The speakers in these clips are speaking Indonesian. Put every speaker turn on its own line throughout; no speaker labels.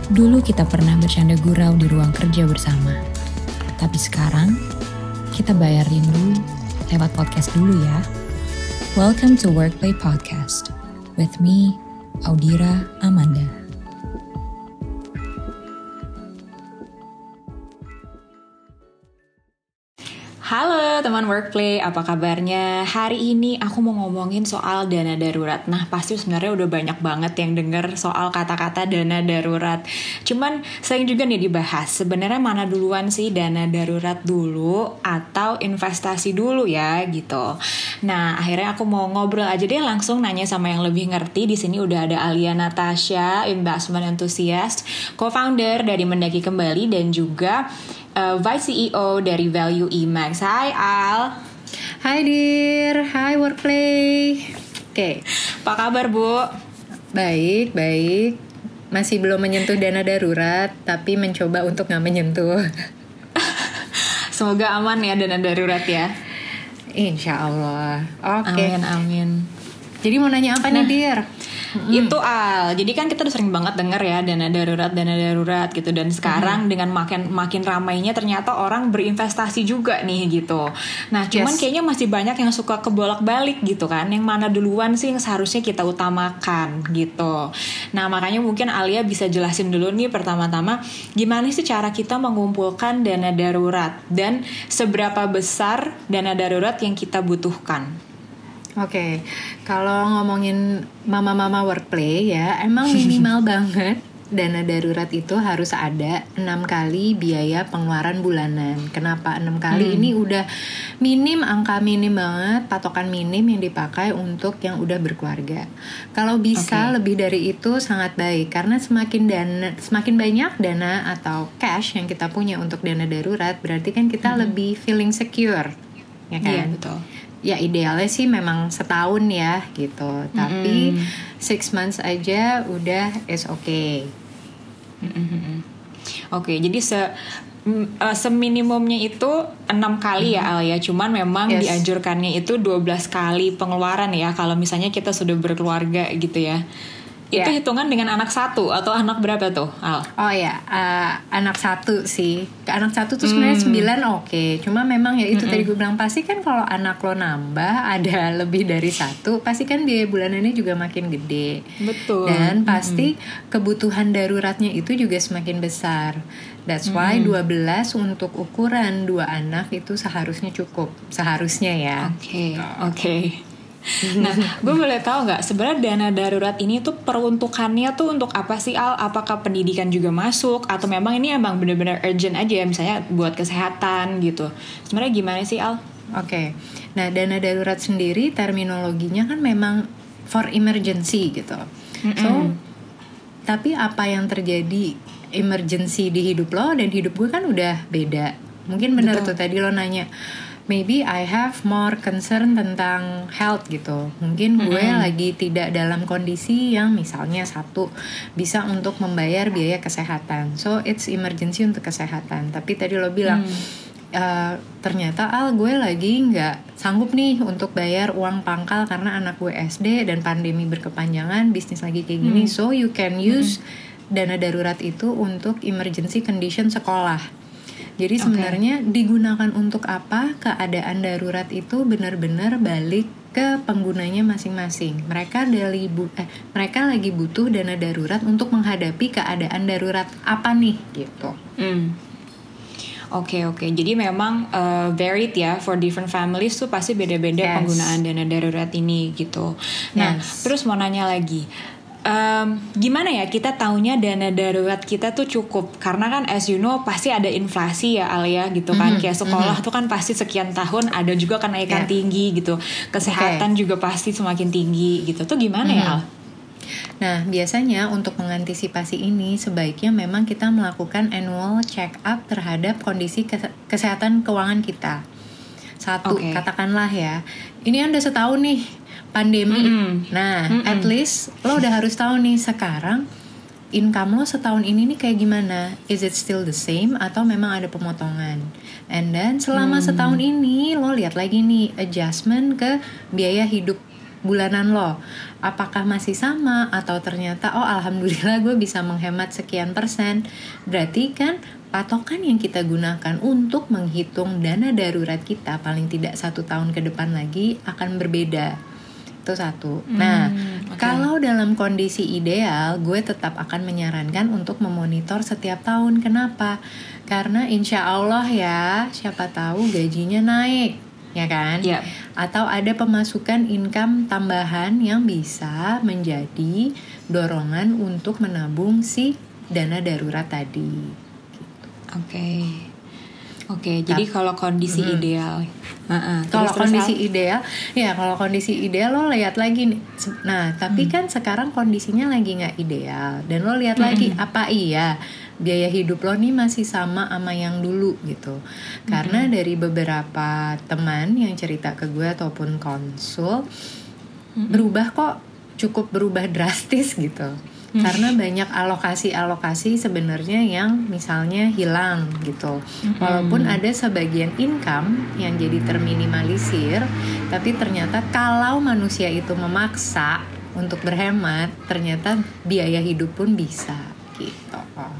Dulu kita pernah bercanda gurau di ruang kerja bersama. Tapi sekarang, kita bayar rindu lewat podcast dulu ya. Welcome to Workplay Podcast. With me, Audira Amanda.
Halo teman Workplay, apa kabarnya? Hari ini aku mau ngomongin soal dana darurat. Nah, pasti sebenarnya udah banyak banget yang denger soal kata-kata dana darurat. Cuman sering juga nih dibahas, sebenarnya mana duluan sih, dana darurat dulu atau investasi dulu ya gitu. Nah, akhirnya aku mau ngobrol aja deh, langsung nanya sama yang lebih ngerti. Di sini udah ada Alia Natasha, investment enthusiast, co-founder dari Mendaki Kembali dan juga Vice CEO dari Value Emax. Hai Al.
Hai Dir, hai Workplay. Oke.
Apa kabar Bu?
Baik. Masih belum menyentuh dana darurat, tapi mencoba untuk gak menyentuh.
Semoga aman ya dana darurat ya.
Insya Allah. Oke.
Amin.
Jadi mau nanya apa nih Dir?
Itu Al, jadi kan kita udah sering banget denger ya dana darurat gitu. Dan sekarang dengan makin ramainya ternyata orang berinvestasi juga nih gitu. Nah cuman kayaknya masih banyak yang suka kebolak-balik gitu kan, yang mana duluan sih yang seharusnya kita utamakan gitu. Nah makanya mungkin Alia bisa jelasin dulu nih pertama-tama gimana sih cara kita mengumpulkan dana darurat dan seberapa besar dana darurat yang kita butuhkan.
Oke, kalau ngomongin mama-mama Workplay ya, emang minimal banget dana darurat itu harus ada 6 kali biaya pengeluaran bulanan. Kenapa 6 kali? Ini udah angka minim banget, patokan minim yang dipakai untuk yang udah berkeluarga. Kalau bisa lebih dari itu sangat baik, karena semakin banyak dana atau cash yang kita punya untuk dana darurat, berarti kan kita lebih feeling secure, ya kan?
Iya betul.
Ya idealnya sih memang setahun ya gitu. Tapi 6 months aja udah is okay.
Oke, jadi seminimumnya itu 6 kali ya Al ya. Cuman memang dianjurkannya itu 12 kali pengeluaran ya kalau misalnya kita sudah berkeluarga gitu ya. Itu hitungan dengan anak satu atau anak berapa tuh, Al?
Oh ya, anak satu sih. Anak satu tuh sebenarnya 9 oke. Cuma memang ya itu tadi gue bilang, pasti kan kalau anak lo nambah ada lebih dari satu, pasti kan biaya bulanannya juga makin gede.
Betul.
Dan pasti kebutuhan daruratnya itu juga semakin besar. That's why 12 untuk ukuran 2 anak itu seharusnya cukup. Seharusnya ya.
Oke. Nah, gue boleh tahu nggak sebenarnya dana darurat ini tuh peruntukannya tuh untuk apa sih Al? Apakah pendidikan juga masuk atau memang ini emang benar-benar urgent aja ya, misalnya buat kesehatan gitu? Sebenarnya gimana sih Al?
Oke. Nah, dana darurat sendiri terminologinya kan memang for emergency gitu. So, tapi apa yang terjadi emergency di hidup lo dan hidup gue kan udah beda. Mungkin benar tuh tadi lo nanya, maybe I have more concern tentang health gitu. Mungkin gue lagi tidak dalam kondisi yang misalnya satu bisa untuk membayar biaya kesehatan. So it's emergency untuk kesehatan. Tapi tadi lo bilang ternyata Al, gue lagi nggak sanggup nih untuk bayar uang pangkal karena anak gue SD dan pandemi berkepanjangan, bisnis lagi kayak gini. So you can use dana darurat itu untuk emergency condition sekolah. Jadi sebenarnya digunakan untuk apa? Keadaan darurat itu benar-benar balik ke penggunanya masing-masing. Mereka lagi butuh dana darurat untuk menghadapi keadaan darurat apa nih gitu.
Oke. Jadi memang varied ya, for different families tuh pasti beda-beda penggunaan dana darurat ini gitu. Nah, terus mau nanya lagi. Gimana ya kita taunya dana darurat kita tuh cukup? Karena kan as you know pasti ada inflasi ya Alia gitu kan. Kayak sekolah tuh kan pasti sekian tahun ada juga kenaikan tinggi gitu. Kesehatan juga pasti semakin tinggi gitu. Tuh gimana ya Al?
Nah biasanya untuk mengantisipasi ini sebaiknya memang kita melakukan annual check up terhadap kondisi kesehatan keuangan kita. Satu, katakanlah ya, ini udah setahun nih pandemi. Nah, at least lo udah harus tahu nih sekarang income lo setahun ini nih kayak gimana. Is it still the same atau memang ada pemotongan? And then selama setahun ini lo lihat lagi nih adjustment ke biaya hidup bulanan lo. Apakah masih sama atau ternyata alhamdulillah gue bisa menghemat sekian persen. Berarti kan patokan yang kita gunakan untuk menghitung dana darurat kita paling tidak 1 tahun ke depan lagi akan berbeda. Itu satu. Nah, kalau dalam kondisi ideal, gue tetap akan menyarankan untuk memonitor setiap tahun. Kenapa? Karena insya Allah ya, siapa tahu gajinya naik, ya kan?
Yep.
Atau ada pemasukan income tambahan yang bisa menjadi dorongan untuk menabung si dana darurat tadi.
Oke, jadi kalau kondisi ideal,
kalau kondisi ideal lo lihat lagi nih. Nah, tapi kan sekarang kondisinya lagi nggak ideal, dan lo lihat lagi apa iya biaya hidup lo nih masih sama yang dulu gitu. Karena dari beberapa teman yang cerita ke gue ataupun konsul, cukup berubah drastis gitu. Karena banyak alokasi sebenarnya yang misalnya hilang gitu. Walaupun ada sebagian income yang jadi terminimalisir, tapi ternyata kalau manusia itu memaksa untuk berhemat, ternyata biaya hidup pun bisa gitu.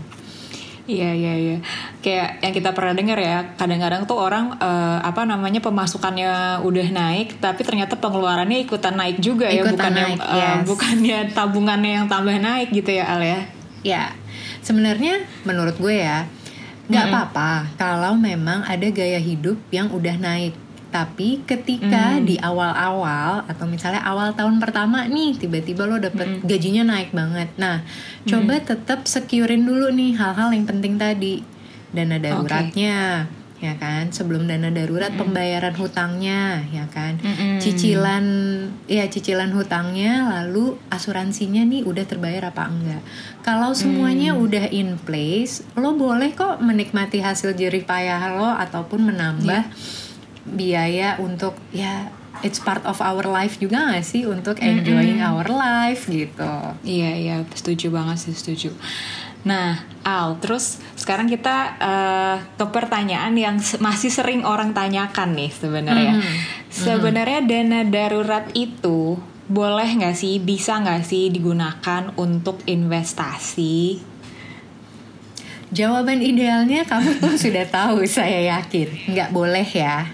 Iya. Kayak yang kita pernah dengar ya, kadang-kadang tuh orang pemasukannya udah naik, tapi ternyata pengeluarannya ikutan naik juga ya, bukannya tabungannya yang tambah naik gitu ya, Al ya.
Ya, sebenarnya menurut gue ya, nggak apa-apa kalau memang ada gaya hidup yang udah naik. Tapi ketika di awal-awal atau misalnya awal tahun pertama nih tiba-tiba lo dapet gajinya naik banget. Nah, coba tetap securein dulu nih hal-hal yang penting tadi. Dana daruratnya, ya kan? Sebelum dana darurat pembayaran hutangnya, ya kan? Cicilan hutangnya, lalu asuransinya nih udah terbayar apa enggak. Kalau semuanya udah in place, lo boleh kok menikmati hasil jerih payah lo ataupun menambah biaya untuk it's part of our life juga gak sih, untuk enjoying our life gitu.
Iya, setuju banget sih, setuju. Nah, Al, terus sekarang kita ke pertanyaan yang masih sering orang tanyakan nih sebenarnya. Sebenarnya dana darurat itu boleh gak sih, bisa gak sih digunakan untuk investasi?
Jawaban idealnya kamu pun sudah tahu, saya yakin. Nggak boleh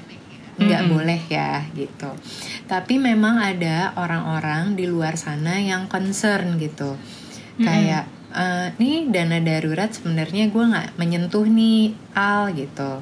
ya gitu. Tapi memang ada orang-orang di luar sana yang concern gitu. Kayak nih dana darurat sebenarnya gue nggak menyentuh nih Al gitu.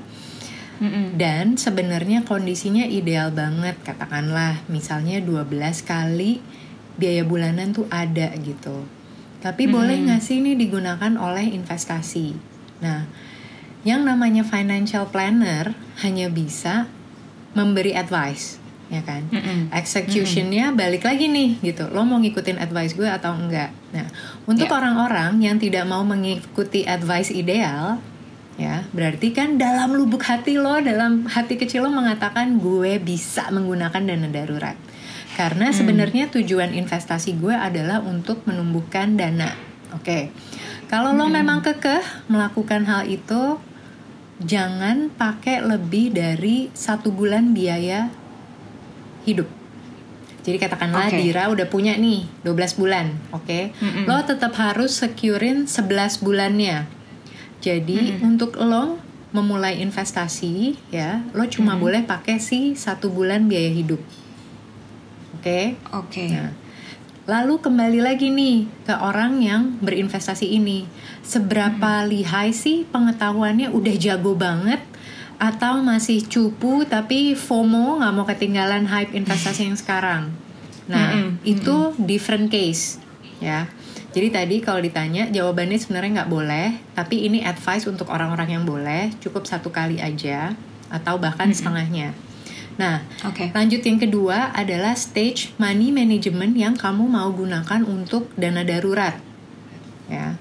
Dan sebenarnya kondisinya ideal banget, katakanlah misalnya 12 kali biaya bulanan tuh ada gitu. Tapi boleh nggak sih ini digunakan oleh investasi? Nah, yang namanya financial planner hanya bisa memberi advice, ya kan? Executionnya balik lagi nih gitu. Lo mau ngikutin advice gue atau enggak? Nah, untuk orang-orang yang tidak mau mengikuti advice ideal, ya berarti kan dalam lubuk hati lo, dalam hati kecil lo mengatakan gue bisa menggunakan dana darurat. Karena sebenarnya tujuan investasi gue adalah untuk menumbuhkan dana. Oke. Kalau lo memang kekeh melakukan hal itu, jangan pakai lebih dari 1 bulan biaya hidup. Jadi katakanlah Dira udah punya nih 12 bulan, oke? Lo tetap harus securein 11 bulannya. Jadi untuk lo memulai investasi, ya, lo cuma boleh pakai 1 bulan biaya hidup. Oke. Nah, lalu kembali lagi nih ke orang yang berinvestasi ini. Seberapa lihai sih pengetahuannya, udah jago banget atau masih cupu tapi FOMO, nggak mau ketinggalan hype investasi yang sekarang. Nah, itu different case ya. Jadi tadi kalau ditanya jawabannya sebenarnya nggak boleh, tapi ini advice untuk orang-orang yang boleh, cukup 1 kali aja atau bahkan setengahnya. Nah, lanjut yang kedua adalah stage money management yang kamu mau gunakan untuk dana darurat. Ya.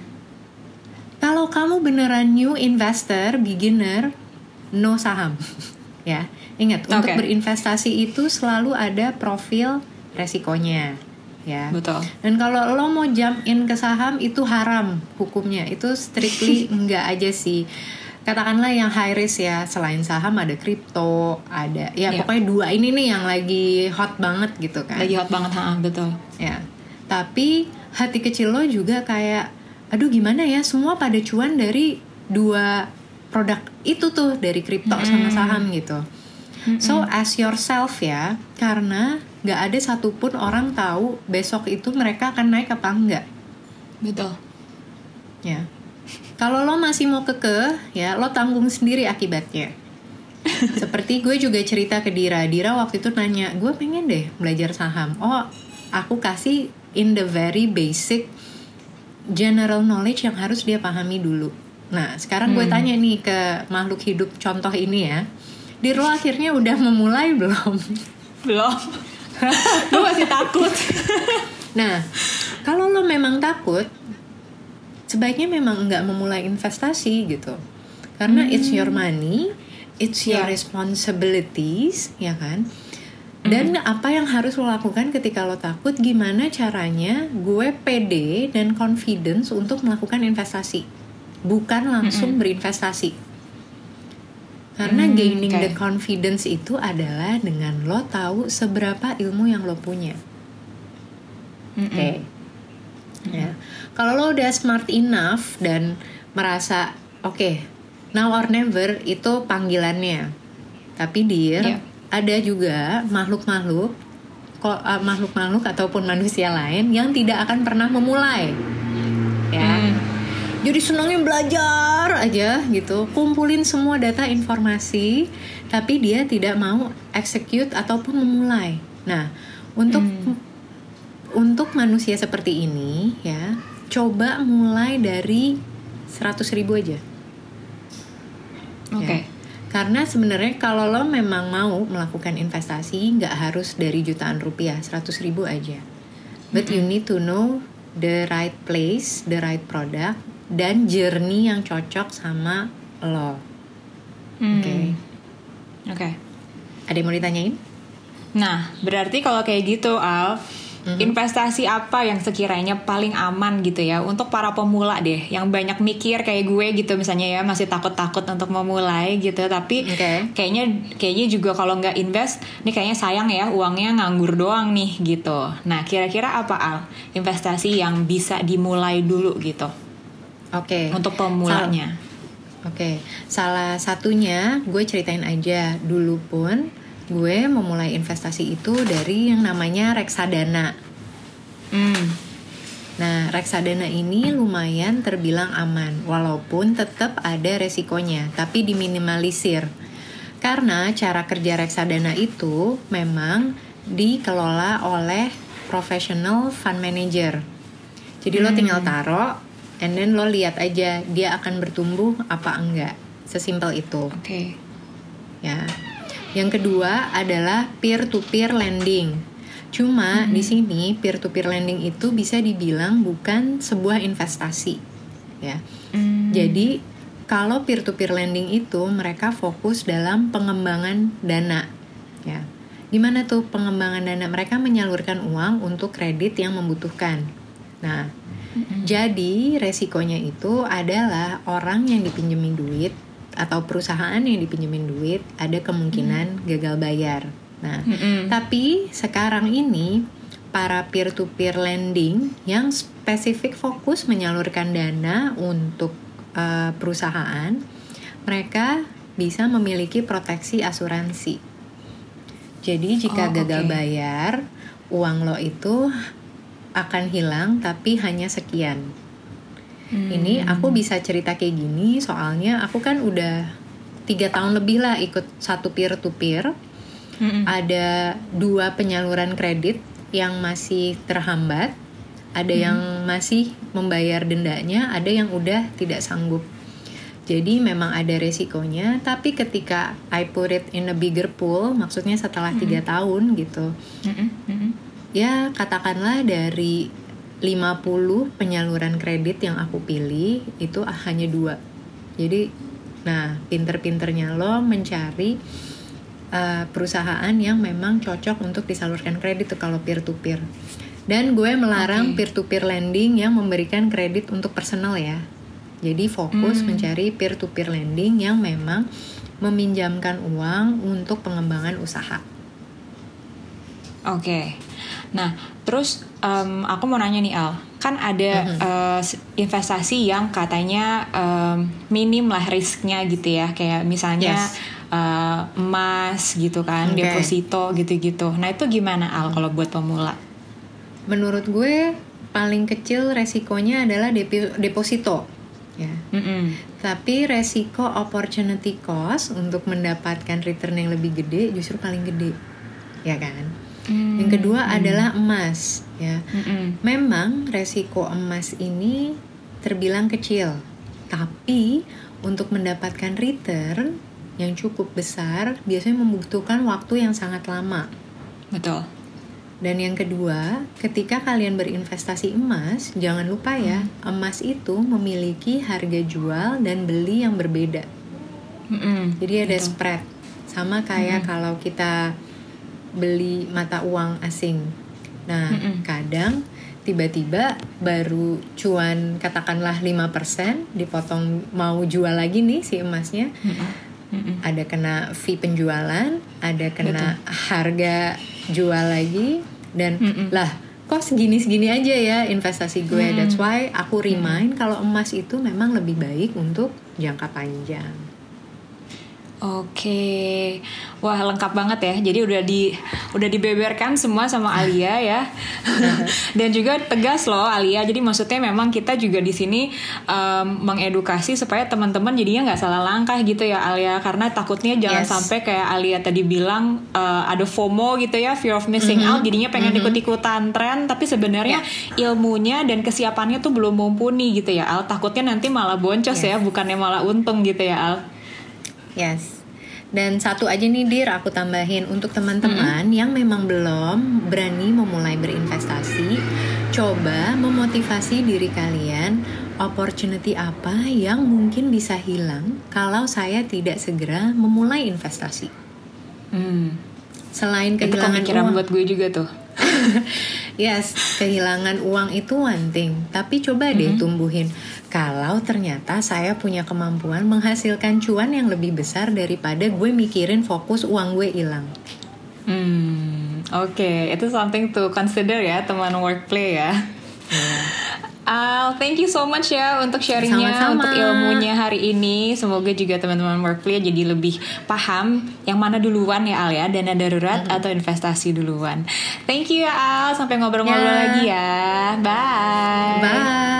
Kalau kamu beneran new investor, beginner, no saham. Ya, ingat untuk berinvestasi itu selalu ada profil resikonya. Ya.
Betul.
Dan kalau lo mau jump in ke saham itu haram hukumnya, itu strictly enggak aja sih. katakanlah yang high risk ya, selain saham ada kripto, ada ya pokoknya 2 ini nih yang lagi hot banget gitu kan.
Lagi hot banget, betul.
Ya. Tapi hati kecil lo juga kayak, aduh gimana ya, semua pada cuan dari 2 produk itu tuh, dari kripto sama saham gitu. So ask yourself ya, karena gak ada satupun orang tahu besok itu mereka akan naik apa enggak.
Betul.
Ya. Kalau lo masih mau kekeh, ya lo tanggung sendiri akibatnya. Seperti gue juga cerita ke Dira waktu itu nanya, gue pengen deh belajar saham. Oh, aku kasih in the very basic general knowledge yang harus dia pahami dulu. Nah, sekarang gue tanya nih ke makhluk hidup contoh ini ya, Dir, lo akhirnya udah memulai belum?
Belum. Gue masih takut.
Nah, kalau lo memang takut, sebaiknya memang nggak memulai investasi gitu, karena it's your money, it's your responsibilities, ya kan? Dan apa yang harus lo lakukan ketika lo takut, gimana caranya gue pede dan confidence untuk melakukan investasi, bukan langsung berinvestasi. Karena gaining the confidence itu adalah dengan lo tahu seberapa ilmu yang lo punya. Ya. Kalau lo udah smart enough dan merasa oke, now or never itu panggilannya. Tapi Dir, ada juga makhluk-makhluk ataupun manusia lain yang tidak akan pernah memulai. Ya. Jadi senangnya belajar aja gitu, kumpulin semua data informasi, tapi dia tidak mau execute ataupun memulai. Nah, untuk manusia seperti ini ya, coba mulai dari 100.000 aja.
Oke.
Ya. Karena sebenarnya kalau lo memang mau melakukan investasi, nggak harus dari jutaan rupiah, 100.000 aja. But you need to know the right place, the right product, dan journey yang cocok sama lo. Oke. Ada yang mau ditanyain?
Nah, berarti kalau kayak gitu, Al, investasi apa yang sekiranya paling aman gitu ya untuk para pemula deh, yang banyak mikir kayak gue gitu misalnya ya, masih takut-takut untuk memulai gitu, tapi kayaknya juga kalau nggak invest nih kayaknya sayang ya, uangnya nganggur doang nih gitu. Nah, kira-kira apa, Al, investasi yang bisa dimulai dulu gitu? Untuk pemulanya.
Salah satunya gue ceritain aja, dulu pun gue memulai investasi itu dari yang namanya reksadana. Nah, reksadana ini lumayan terbilang aman, walaupun tetap ada resikonya, tapi diminimalisir. Karena cara kerja reksadana itu memang dikelola oleh professional fund manager. Jadi lo tinggal taruh, and then lo lihat aja dia akan bertumbuh apa enggak. Sesimpel itu. Ya. Yang kedua adalah peer-to-peer lending. Cuma di sini peer-to-peer lending itu bisa dibilang bukan sebuah investasi, ya. Jadi kalau peer-to-peer lending itu mereka fokus dalam pengembangan dana, ya. Gimana tuh pengembangan dana? Mereka menyalurkan uang untuk kredit yang membutuhkan. Nah, jadi resikonya itu adalah orang yang dipinjemin duit atau perusahaan yang dipinjemin duit ada kemungkinan gagal bayar. Nah, tapi sekarang ini para peer-to-peer lending yang spesifik fokus menyalurkan dana untuk perusahaan, mereka bisa memiliki proteksi asuransi. Jadi jika gagal bayar, uang lo itu akan hilang tapi hanya sekian. Ini aku bisa cerita kayak gini soalnya aku kan udah 3 tahun lebih lah ikut satu peer-to-peer. Ada 2 penyaluran kredit yang masih terhambat, ada yang masih membayar dendanya, ada yang udah tidak sanggup. Jadi memang ada resikonya, tapi ketika I put it in a bigger pool, maksudnya setelah 3 tahun gitu, ya katakanlah dari 50 penyaluran kredit yang aku pilih itu hanya 2. Jadi, nah pinter-pinternya lo mencari perusahaan yang memang cocok untuk disalurkan kredit tuh kalau peer-to-peer. Dan gue melarang peer-to-peer lending yang memberikan kredit untuk personal ya. Jadi fokus mencari peer-to-peer lending yang memang meminjamkan uang untuk pengembangan usaha.
Oke. Nah, terus aku mau nanya nih Al, kan ada investasi yang katanya minim lah risknya gitu ya, kayak misalnya emas gitu kan, deposito gitu-gitu. Nah itu gimana Al kalau buat pemula?
Menurut gue paling kecil resikonya adalah deposito. Ya. Tapi resiko opportunity cost untuk mendapatkan return yang lebih gede justru paling gede, ya kan? Yang kedua adalah emas, ya. Memang resiko emas ini terbilang kecil, tapi untuk mendapatkan return yang cukup besar biasanya membutuhkan waktu yang sangat lama.
Betul.
Dan yang kedua, ketika kalian berinvestasi emas, jangan lupa ya, emas itu memiliki harga jual dan beli yang berbeda. Jadi ada spread, sama kayak kalau kita beli mata uang asing. Nah, kadang tiba-tiba baru cuan katakanlah 5%, dipotong mau jual lagi nih si emasnya. Ada kena fee penjualan, ada kena harga jual lagi, dan lah kok segini-segini aja ya investasi gue. That's why aku remind kalau emas itu memang lebih baik untuk jangka panjang.
Oke, wah lengkap banget ya. Jadi udah dibeberkan semua sama Alia ya. Dan juga tegas loh Alia. Jadi maksudnya memang kita juga di sini mengedukasi supaya teman-teman jadinya nggak salah langkah gitu ya Alia. Karena takutnya jangan sampai kayak Alia tadi bilang ada FOMO gitu ya, fear of missing out. Jadinya pengen ikut-ikutan tren, tapi sebenarnya ilmunya dan kesiapannya tuh belum mumpuni gitu ya Al. Takutnya nanti malah boncos ya, bukannya malah untung gitu ya Al.
Yes. Dan satu aja nih Dir, aku tambahin untuk teman-teman yang memang belum berani memulai berinvestasi, coba memotivasi diri kalian, opportunity apa yang mungkin bisa hilang kalau saya tidak segera memulai investasi. Selain kehilangan uang,
buat gue juga tuh.
Yes, kehilangan uang itu one thing, tapi coba deh tumbuhin. Kalau ternyata saya punya kemampuan menghasilkan cuan yang lebih besar daripada gue mikirin fokus uang gue hilang.
Oke, itu something to consider ya teman Workplay ya. Thank you so much ya untuk sharingnya, untuk ilmunya hari ini. Semoga juga teman-teman Workplay jadi lebih paham yang mana duluan ya Al ya, dana darurat atau investasi duluan. Thank you ya Al, sampai ngobrol-ngobrol lagi ya. Bye.
Bye.